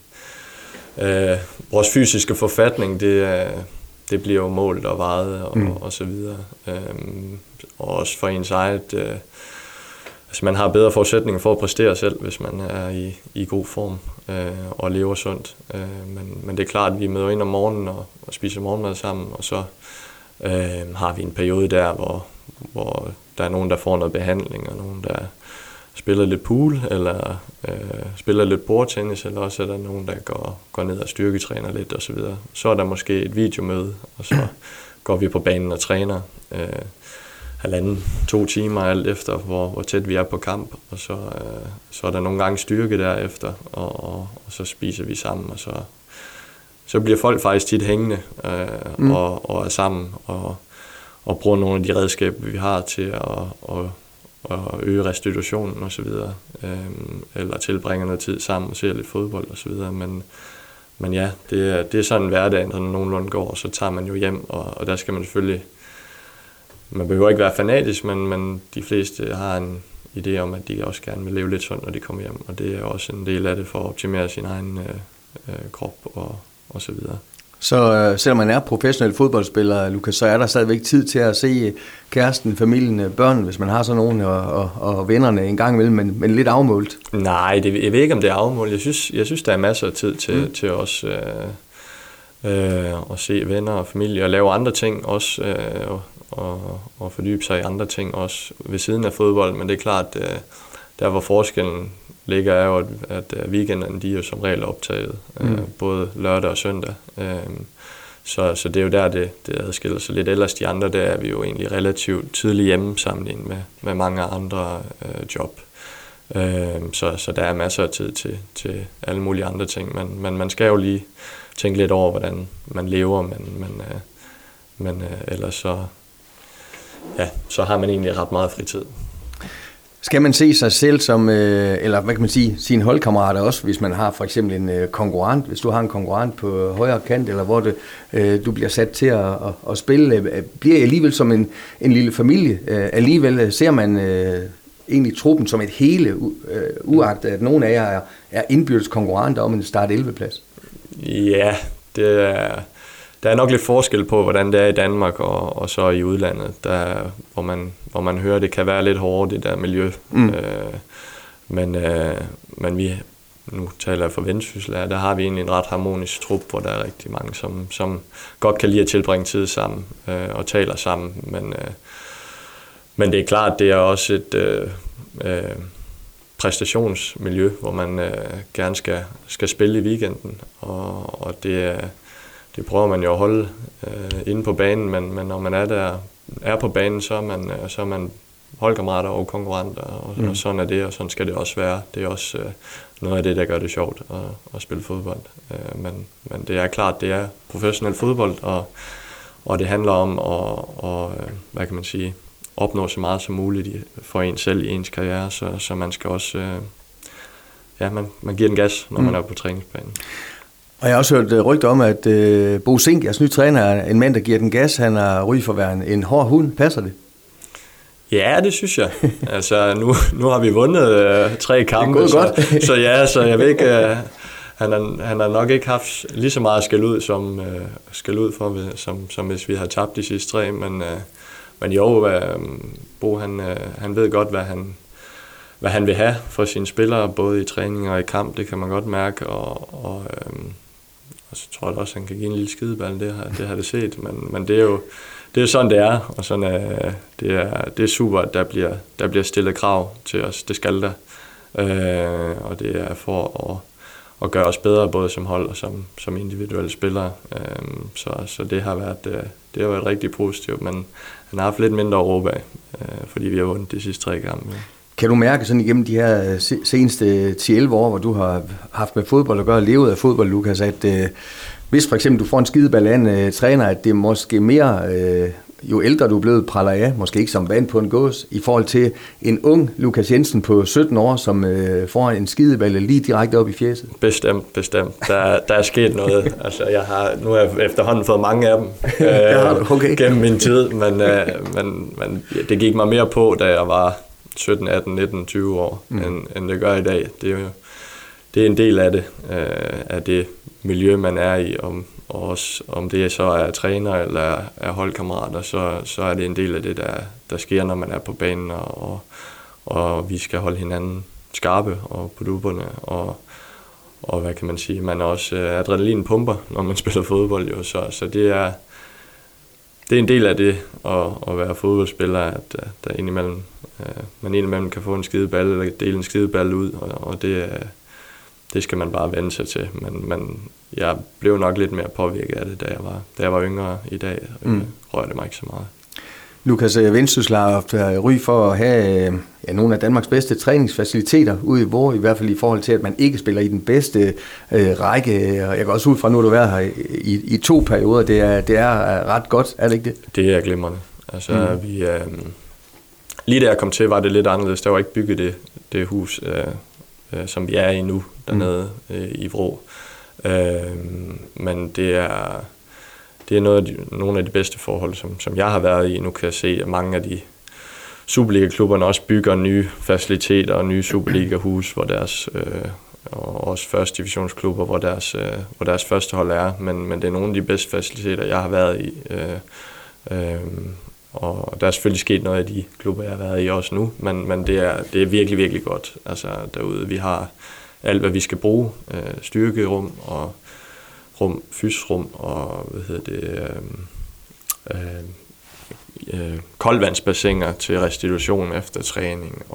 vores fysiske forfatning, det bliver jo målt og vejet og så videre. Og også for ens eget, altså man har bedre forudsætninger for at præstere selv, hvis man er i god form og lever sundt. Men det er klart, at vi møder ind om morgenen og spiser morgenmad sammen, og så har vi en periode der, hvor der er nogen, der får noget behandling, og nogen, spiller lidt pool, eller spiller lidt bordtennis, eller også er der nogen, der går ned og styrketræner lidt osv. Så er der måske et videomøde, og så går vi på banen og træner 1,5-2 timer, alt efter hvor tæt vi er på kamp, og så er der nogle gange styrke derefter, og så spiser vi sammen, og så bliver folk faktisk tit hængende og er sammen, og bruger nogle af de redskaber, vi har til at øge restitutionen osv., eller tilbringer noget tid sammen og ser lidt fodbold osv., men ja, det er sådan hverdagen, når nogenlunde går, og så tager man jo hjem, og der skal man selvfølgelig, man behøver ikke være fanatisk, men de fleste har en idé om, at de også gerne vil leve lidt sundt, når de kommer hjem, og det er også en del af det for at optimere sin egen krop og så videre. Så selvom man er professionel fodboldspiller, Lukas, så er der stadigvæk tid til at se kæresten, familien, børn, hvis man har sådan nogen, og vennerne en gang imellem, men lidt afmålt? Nej, jeg ved ikke, om det er afmålt. Jeg synes der er masser af tid til os at se venner og familie og lave andre ting også, og fordybe sig i andre ting også ved siden af fodbold, men det er klart, der hvor forskellen ligger er jo, at weekenderne de er jo som regel optaget, både lørdag og søndag. Så det er jo der, det adskiller sig lidt. Ellers de andre, der er vi jo egentlig relativt tidligt hjemme sammenlignet med mange andre job. Så der er masser af tid til alle mulige andre ting, men man skal jo lige tænke lidt over, hvordan man lever, men ellers så har man egentlig ret meget fritid. Skal man se sig selv som, eller hvad kan man sige, sine holdkammerater også, hvis man har for eksempel en konkurrent, hvis du har en konkurrent på højre kant, eller hvor du bliver sat til at spille, bliver I alligevel som en lille familie? Alligevel ser man egentlig truppen som et hele, uagtet at nogle af jer er indbyrdes konkurrenter om en start 11-plads? Ja, der er nok lidt forskel på, hvordan det er i Danmark og så i udlandet, hvor man hører, det kan være lidt hårdt, det der miljø. Men vi, nu taler jeg for Vendsyssel, der har vi egentlig en ret harmonisk trup, hvor der er rigtig mange, som godt kan lide at tilbringe tid sammen og taler sammen. Men det er klart, det er også et præstationsmiljø, hvor man gerne skal spille i weekenden, og det prøver man jo at holde inde på banen, men når man er på banen, så er man holdkammerater og konkurrenter, og sådan er det, og sådan skal det også være. Det er også noget af det, der gør det sjovt at spille fodbold. Men det er klart, det er professionel fodbold, og det handler om at hvad kan man sige, opnå så meget som muligt for en selv i ens karriere, så man skal også, man giver den gas, når man er på træningsbanen. Og jeg har også hørt rygter om, at Bo Zink, jeres nye træner, er en mand, der giver den gas. Han har ry for at være en hård hund. Passer det? Ja, det synes jeg. Altså, nu har vi vundet 3 kampe. Det er gået godt. Så jeg ved ikke, han har nok ikke haft lige så meget skæld ud for, som hvis vi har tabt de sidste 3. Men jo, Bo han ved godt, hvad han vil have for sine spillere, både i træning og i kamp. Det kan man godt mærke, og så tror jeg også, han kan give en lille skideball, det har det set, men det er jo sådan, det er, og sådan det er super, at der bliver stillet krav til os, det skal der, og det er for at gøre os bedre, både som hold og som individuelle spillere, så det har været rigtig positivt, men han har haft lidt mindre at råbe af, fordi vi har vundet de sidste 3 kampe. Kan du mærke sådan igennem de her seneste 10-11 år, hvor du har haft med fodbold at gøre, levet af fodbold, Lukas, at hvis for eksempel du får en skideball af en træner, at det måske mere, jo ældre du er blevet, praller af, måske ikke som vand på en gås, i forhold til en ung Lukas Jensen på 17 år, som får en skideball lige direkte op i fjeset? Bestemt. Der er sket noget. Altså, nu har jeg efterhånden fået mange af dem gennem min tid, men det gik mig mere på, da jeg var 17, 18, 19, 20 år, end det gør i dag. Det er en del af det miljø, man er i, og også om det så er træner eller er holdkammerater, så er det en del af det, der sker, når man er på banen, og vi skal holde hinanden skarpe og på dupperne, og hvad kan man sige, man er også adrenalin pumper, når man spiller fodbold, jo, så det er en del af det at være fodboldspiller, at der indimellem, man indimellem kan få en skideball, eller dele en skideball ud, og det skal man bare vende sig til. Men jeg blev nok lidt mere påvirket af det, da jeg var yngre. I dag rørte det mig ikke så meget. Lukas, Vendsyssel har haft ry for at have nogle af Danmarks bedste træningsfaciliteter ude i Vorre, i hvert fald i forhold til, at man ikke spiller i den bedste række. Jeg går også ud fra, nu du har været her i 2 perioder. Det er ret godt, er det ikke det? Det er glimrende. Altså, lige da jeg kom til, var det lidt anderledes. Der var ikke bygget det hus, som vi er i nu, dernede i Vrå. Men det er nogle af de bedste forhold, som jeg har været i. Nu kan jeg se, at mange af de Superliga-klubberne også bygger nye faciliteter og nye Superliga-hus, hvor deres, og også første divisionsklubber, hvor deres første hold er. Men det er nogle af de bedste faciliteter, jeg har været i. Og der er selvfølgelig sket noget af de klubber, jeg har været i også nu, men det er virkelig, virkelig godt. Altså derude, vi har alt, hvad vi skal bruge. Styrkerum og fysrum og koldvandsbassiner til restitution efter træning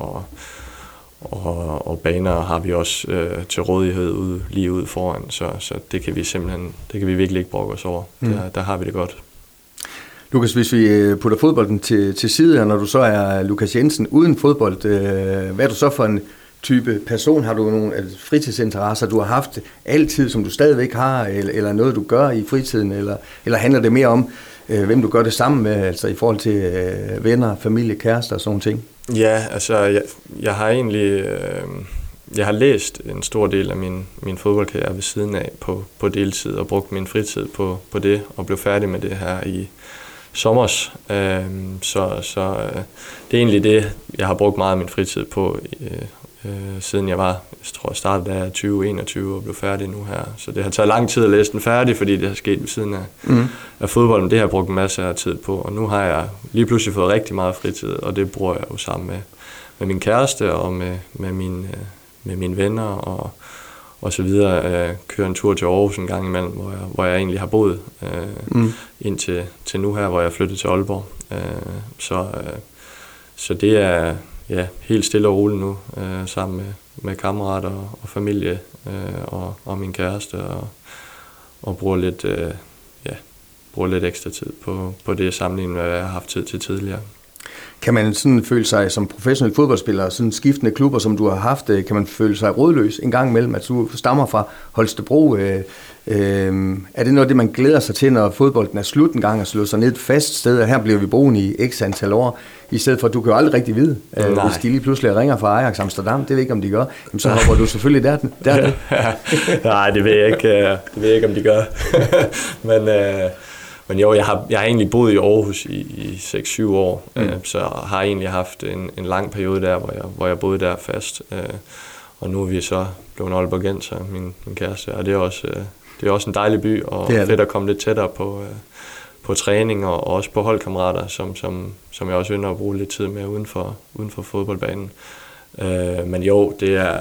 og baner har vi også til rådighed lige ude foran, så det kan vi virkelig ikke brokke os over. Der har vi det godt. Lukas, hvis vi putter fodbolden til side, og når du så er Lukas Jensen uden fodbold, hvad er du så for en type person? Har du nogle fritidsinteresser, du har haft altid, som du stadigvæk har, eller noget, du gør i fritiden, eller handler det mere om, hvem du gør det sammen med, altså i forhold til venner, familie, kærester og sådan ting? Ja, altså jeg har egentlig jeg har læst en stor del af min fodboldkarriere ved siden af på deltid og brugt min fritid på det og blev færdig med det her i sommers. Så det er egentlig det, jeg har brugt meget af min fritid på siden jeg startede af 2021 og blev færdig nu her. Så det har taget lang tid at læse den færdig, fordi det har sket ved siden af fodbolden. Det har jeg brugt en masse af tid på, og nu har jeg lige pludselig fået rigtig meget fritid, og det bruger jeg jo sammen med min kæreste og med mine venner og så videre. Kører en tur til Aarhus en gang imellem, hvor jeg egentlig har boet indtil nu her, hvor jeg flyttede til Aalborg. Så det er helt stille og roligt nu, sammen med kammerater og familie og min kæreste, og bruger lidt ekstra tid på det sammenlignet med, hvad jeg har haft tid til tidligere. Kan man sådan føle sig som professionel fodboldspiller, sådan skiftende klubber, som du har haft, kan man føle sig rådløs en gang imellem, at du stammer fra Holstebro? Er det noget af det, man glæder sig til, når fodbolden er slut en gang og slår sig ned et fast sted, og her bliver vi boende i x antal år, i stedet for, at du kan jo aldrig rigtig vide, hvis de lige pludselig ringer fra Ajax Amsterdam, det ved jeg ikke, om de gør, jamen, så hopper du selvfølgelig der. Nej, det ved jeg ikke, om de gør. Men jo, jeg har egentlig boet i Aarhus i 6-7 år, så har jeg egentlig haft en lang periode der, hvor jeg boede der fast. Og nu er vi så blevet aalborgenser, min kæreste, og det er også en dejlig by, og fedt at komme lidt tættere på træning og også på holdkammerater, som jeg også ynder at bruge lidt tid med uden for fodboldbanen. Men jo, det er...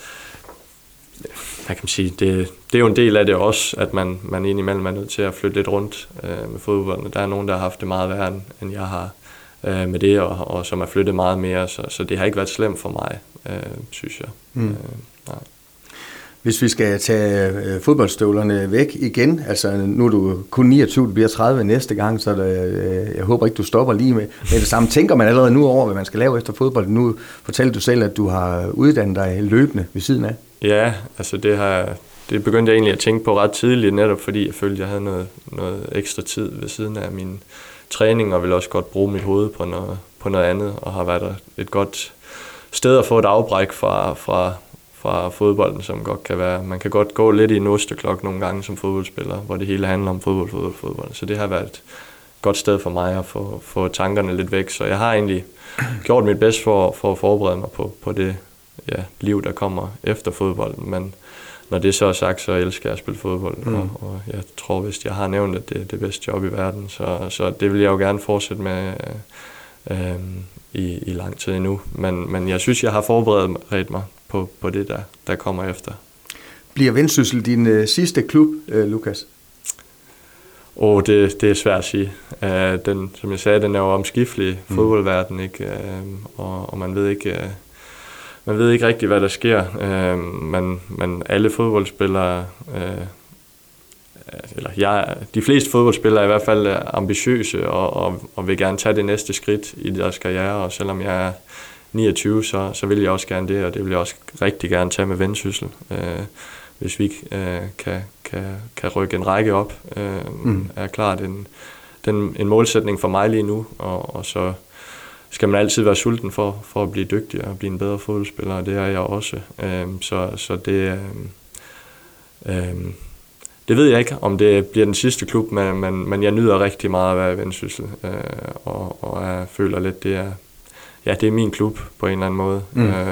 Jeg kan sige, det er jo en del af det også, at man indimellem er nødt til at flytte lidt rundt med fodbolden. Der er nogen, der har haft det meget værre, end jeg har med det, og som har flyttet meget mere, så det har ikke været slemt for mig, synes jeg. Nej. Hvis vi skal tage fodboldstøvlerne væk igen, altså nu er du kun 29, du bliver 30 næste gang, så jeg håber ikke, du stopper lige med det samme. Tænker man allerede nu over, hvad man skal lave efter fodbold? Nu fortalte du selv, at du har uddannet dig løbende ved siden af. Ja, altså det begyndte jeg egentlig at tænke på ret tidligt, netop fordi jeg følte, at jeg havde noget ekstra tid ved siden af min træning, og ville også godt bruge mit hoved på noget andet, og har været et godt sted at få et afbræk fra fodbolden, som godt kan være. Man kan godt gå lidt i en osteklok nogle gange som fodboldspiller, hvor det hele handler om fodbold. Så det har været et godt sted for mig at få tankerne lidt væk. Så jeg har egentlig gjort mit bedste for at forberede mig på det liv, der kommer efter fodbolden. Men når det så er sagt, så elsker jeg at spille fodbold. Og jeg tror vist, jeg har nævnt, at det er det bedste job i verden. Så det vil jeg jo gerne fortsætte med i lang tid endnu. Men jeg synes, jeg har forberedt mig på det, der kommer efter. Bliver Vendsyssel din sidste klub, Lukas? Det er svært at sige. Som jeg sagde, den er jo omskiftelig fodboldverden, ikke? Og man ved ikke rigtig, hvad der sker. Men alle fodboldspillere, de fleste fodboldspillere er i hvert fald ambitiøse og vil gerne tage det næste skridt i deres karriere. Og selvom jeg er 29, så vil jeg også gerne det, og det vil jeg også rigtig gerne tage med Vendsyssel. Hvis vi kan rykke en række op, er klart en målsætning for mig lige nu, og så skal man altid være sulten for at blive dygtig og blive en bedre fodboldspiller, og det er jeg også. Så det ved jeg ikke, om det bliver den sidste klub, men jeg nyder rigtig meget at være i Vendsyssel, og jeg føler lidt, det er min klub på en eller anden måde.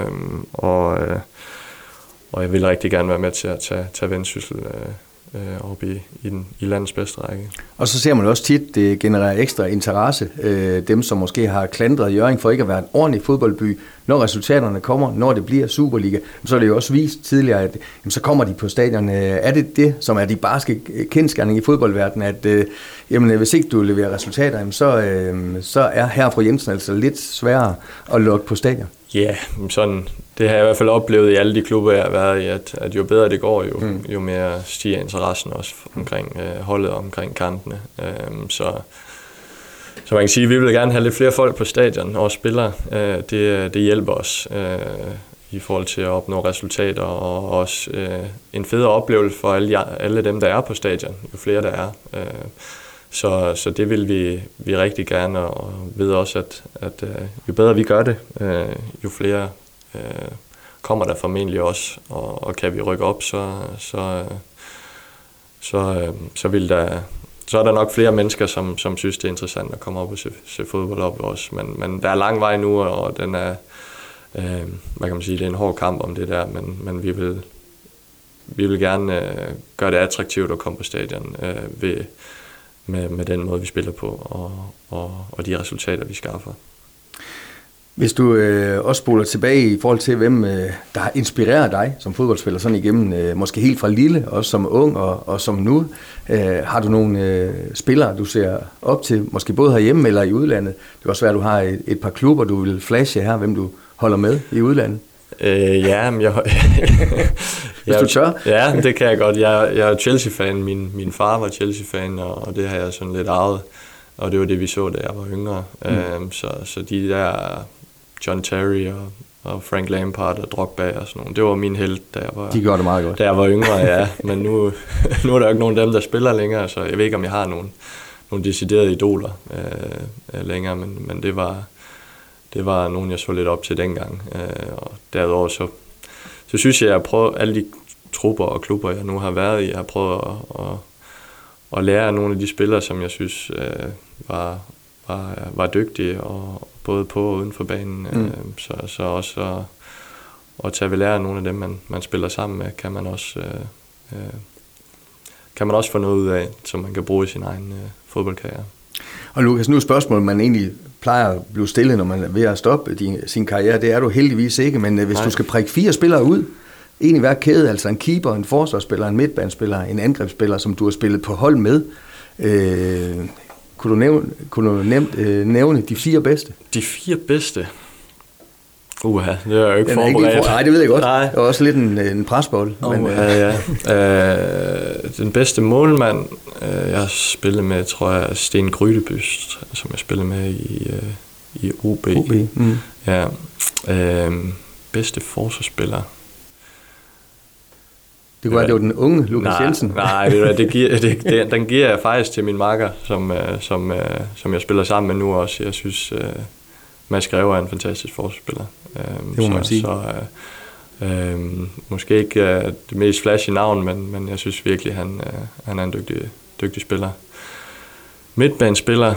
Og jeg vil rigtig gerne være med til at tage Vendsyssel op i landets bedste række. Og så ser man også tit, det genererer ekstra interesse. Dem, som måske har klandret Hjørring for ikke at være en ordentlig fodboldby, når resultaterne kommer, når det bliver Superliga, så er det jo også vist tidligere, at så kommer de på stadion. Er det, som er de barske kendsgerning i fodboldverdenen, at hvis ikke du leverer resultater, så er her fra Jensen altså lidt sværere at lukke på stadion? Ja, sådan. Det har jeg i hvert fald oplevet i alle de klubber, jeg har været i, at jo bedre det går, jo mere stiger interessen også omkring holdet og omkring kampene. Så man kan sige, at vi vil gerne have lidt flere folk på stadion og spillere. Det hjælper os i forhold til at opnå resultater, og også en federe oplevelse for alle dem, der er på stadion, jo flere der er. Så det vil vi rigtig gerne, og ved også, at jo bedre vi gør det, jo flere kommer der formentlig også, og kan vi rykke op, så er der nok flere mennesker, som synes, det er interessant at komme op og se fodbold op også. Men der er lang vej nu, og den er, hvad kan man sige, det er en hård kamp om det der, men vi vil gerne gøre det attraktivt at komme på stadion med den måde, vi spiller på, og de resultater, vi skaffer. Hvis du også spoler tilbage i forhold til, hvem der har inspireret dig som fodboldspiller sådan igennem, måske helt fra lille, også som ung og som nu, har du nogle spillere, du ser op til, måske både herhjemme eller i udlandet? Det kan også være, at du har et par klubber, du vil flashe her, hvem du holder med i udlandet. Hvis du tør. Ja, det kan jeg godt. Jeg er Chelsea-fan. Min far var Chelsea-fan, og det har jeg sådan lidt arvet. Og det var det, vi så, da jeg var yngre. Så de der John Terry og Frank Lampard og Drogba og sådan nogle, det var min helt, da jeg var, de gjorde det meget godt. Da jeg var yngre, ja. Men nu er der jo ikke nogen af dem, der spiller længere, så jeg ved ikke, om jeg har nogle deciderede idoler længere, men det var nogen, jeg så lidt op til dengang. Og derudover så synes jeg prøver alle de trupper og klubber, jeg nu har været i, jeg har prøvet at lære af nogle af de spillere, som jeg synes var dygtige, og både på og uden for banen. Så også at tage ved lære af nogle af dem, man spiller sammen med, kan man også få noget ud af, som man kan bruge i sin egen fodboldkarriere. Og Lukas, nu er spørgsmålet, man egentlig plejer at blive stillet, når man er ved at stoppe sin karriere. Det er du heldigvis ikke, men hvis du skal prikke 4 spillere ud, en i hver kæde, altså en keeper, en forsvarsspiller, en midtbanespiller, en angrebsspiller, som du har spillet på hold med, kunne du nemt nævne de 4 bedste? De 4 bedste? Det er jo ikke forberedt. Nej, det ved jeg godt. Nej. Det er også lidt en presbold. Ja. Den bedste målmand, jeg har spillet med, tror jeg, er Sten Grydebyst, som jeg spillede med i OB. Ja. Bedste forsvarsspiller. Det kunne være, det var den unge Lukas Jensen. Nej, den giver jeg faktisk til min makker, som jeg spiller sammen med nu også. Jeg synes, Mads Greve er en fantastisk forsvarsspiller. Det må man sige. Måske ikke det mest flashy navn, men jeg synes virkelig, han er en dygtig spiller. Midtbanespiller.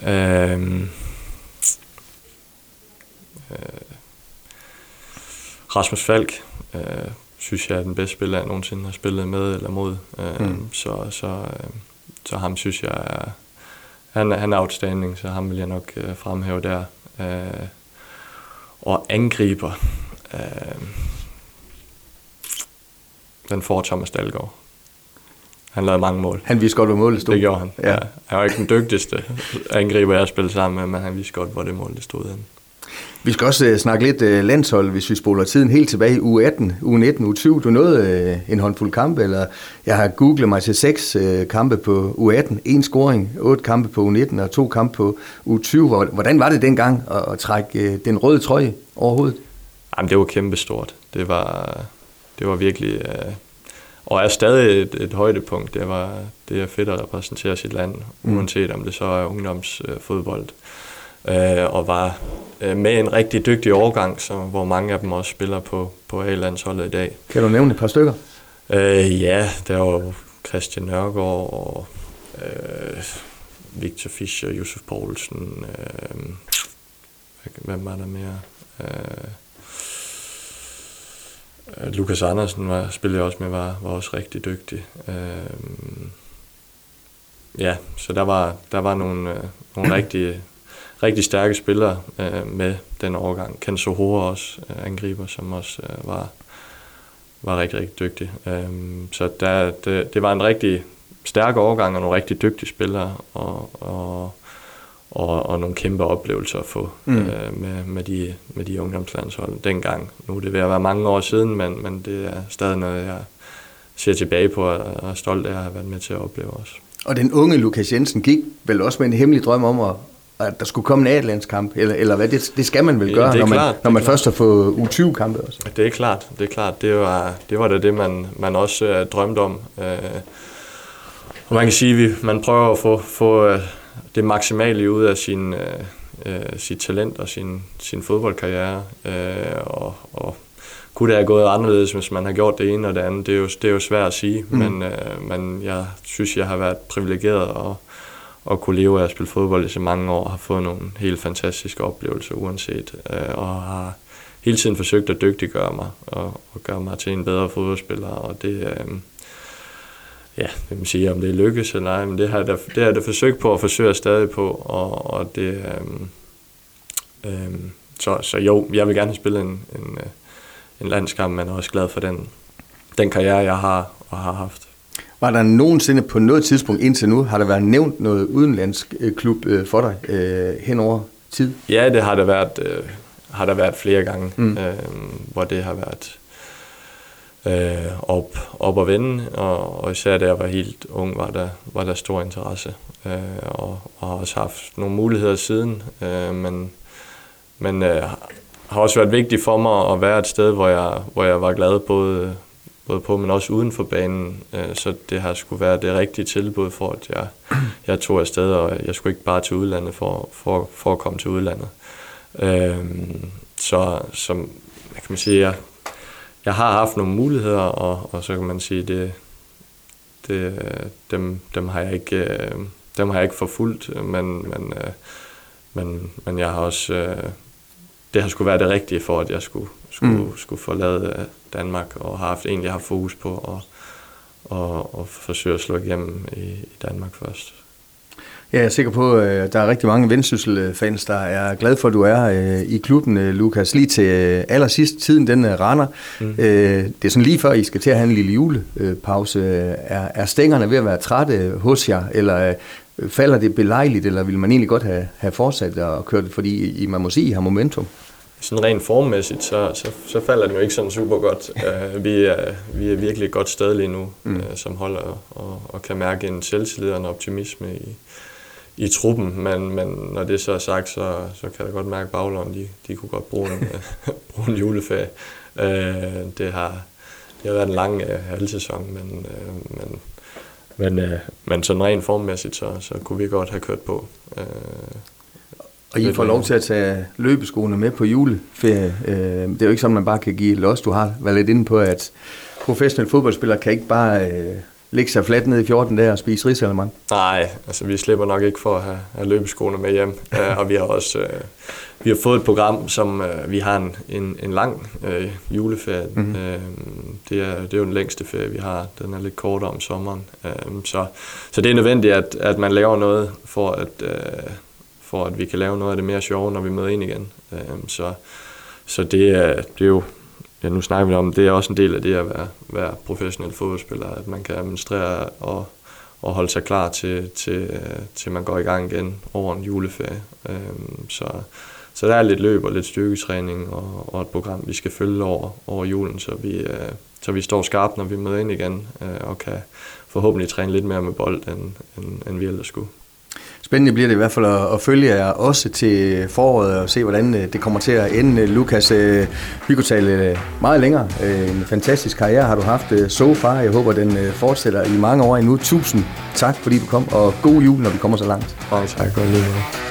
Rasmus Falk. Synes jeg er den bedste spiller, jeg nogensinde har spillet med eller mod. Så ham synes jeg han er outstanding, så ham vil jeg nok fremhæve der. Og angriber, den får Thomas Dahlgaard. Han lavede mange mål. Han vidste godt, hvor målet stod. Det gjorde han. Ja. Han var ikke den dygtigste angriber, jeg spillede sammen med, men han vidste godt, hvor det mål det stod henne. Vi skal også snakke lidt landshold, hvis vi spoler tiden helt tilbage i uge 18, uge 19, uge 20. Du nåede en håndfuld kampe, eller jeg har googlet mig til 6 kampe på uge 18, 1 scoring, 8 kampe på uge 19 og 2 kampe på uge 20. Hvordan var det dengang at trække den røde trøje over hovedet? Jamen, det var kæmpestort. Det var virkelig, og er stadig et højdepunkt. Det er fedt at repræsentere sit land, uanset om det så er ungdomsfodbold. Og var med en rigtig dygtig årgang, hvor mange af dem også spiller på A-landsholdet i dag. Kan du nævne et par stykker? Ja, der var jo Christian Nørgaard og Victor Fischer, Josef Poulsen. Hvem var der mere? Lukas Andersen spillede jeg også med, var også rigtig dygtig. Ja, så der var nogle rigtig stærke spillere med den overgang. Ken Sohora også, angriber, som også var rigtig, rigtig dygtig. Så det var en rigtig stærk overgang og nogle rigtig dygtige spillere og nogle kæmpe oplevelser at få med de ungdomslandshold dengang. Nu er det ved at være mange år siden, men det er stadig noget, jeg ser tilbage på og er stolt af at have været med til at opleve også. Og den unge Lukas Jensen gik vel også med en hemmelig drøm om at der skulle komme en A-landskamp, eller hvad? Det skal man vel gøre, når man først har fået U20-kampe også. Det er klart. Det var det man også drømte om. Og man kan sige, at man prøver at få det maksimale ud af sit talent og sin fodboldkarriere. Og kunne det have gået anderledes, hvis man har gjort det ene og det andet? Det er jo svært at sige, men jeg synes, jeg har været privilegeret og kunne leve af at spille fodbold i så mange år, har fået nogle helt fantastiske oplevelser uanset, og har hele tiden forsøgt at dygtiggøre mig og gøre mig til en bedre fodboldspiller, og det, det vil sige, om det lykkes eller ej, men det har jeg da forsøgt på og forsøger stadig på, og det, så jo, jeg vil gerne spille en landskamp, men er også glad for den karriere, jeg har og har haft. Var der nogensinde på noget tidspunkt indtil nu, har der været nævnt noget udenlandsk klub for dig hen over tid? Ja, det har der været flere gange, hvor det har været op at vende, og især da jeg var helt ung, var der stor interesse, og har også haft nogle muligheder siden, men har også været vigtigt for mig at være et sted, hvor jeg var glad både på, men også uden for banen, så det har skulle være det rigtige tilbud for, at jeg tog afsted, og jeg skulle ikke bare til udlandet for at komme til udlandet. Så kan man sige, jeg har haft nogle muligheder, og så kan man sige, dem har jeg ikke forfulgt, men jeg har også det har skulle være det rigtige for, at jeg skulle forlade Danmark, og har egentlig haft fokus på at forsøge at slå igennem i Danmark først. Ja, jeg er sikker på, at der er rigtig mange Vendsyssel-fans, der er glade for, at du er i klubben, Lukas. Lige til allersidst tiden, den rander. Det er sådan lige før, I skal til at have en lille julepause. Er stængerne ved at være trætte hos jer, eller falder det belejligt, eller vil man egentlig godt have fortsat og kørt det, fordi man må sige, I har momentum? Sådan rent formmæssigt, så falder den jo ikke sådan super godt. Vi er virkelig et godt sted lige nu, som holder og kan mærke en selvtillid og en optimisme i truppen, men når det så er sagt, så kan jeg godt mærke baglån, de kunne godt bruge en juleferie. Det har været en lang halvsæson, men sådan rent formmæssigt, så kunne vi godt have kørt på. Og I får lov til at tage løbeskoene med på juleferie. Det er jo ikke sådan, man bare kan give los. Du har været lidt inde på, at professionelle fodboldspillere kan ikke bare ligge sig fladt ned i 14 dage og spise risalemang. Nej, altså vi slipper nok ikke for at have løbeskoene med hjem. Og vi har også vi har fået et program, som vi har en lang juleferie. Det er jo den længste ferie, vi har. Den er lidt kortere om sommeren. Så det er nødvendigt, at man laver noget for at vi kan lave noget af det mere sjove, når vi møder ind igen. Så det er jo nu snakker vi om, det er også en del af det at være professionel fodboldspiller, at man kan administrere og holde sig klar til man går i gang igen over en juleferie. Så der er lidt løb og lidt styrketræning og et program, vi skal følge over julen, så vi står skarpt, når vi møder ind igen, og kan forhåbentlig træne lidt mere med bold, end vi ellers skulle. Spændende bliver det i hvert fald at følge jer også til foråret og se, hvordan det kommer til at ende. Lukas, vi kunne tale meget længere. En fantastisk karriere har du haft so far. Jeg håber, den fortsætter i mange år endnu. Tusind tak, fordi du kom, og god jul, når vi kommer så langt. Mange tak. Godt lige.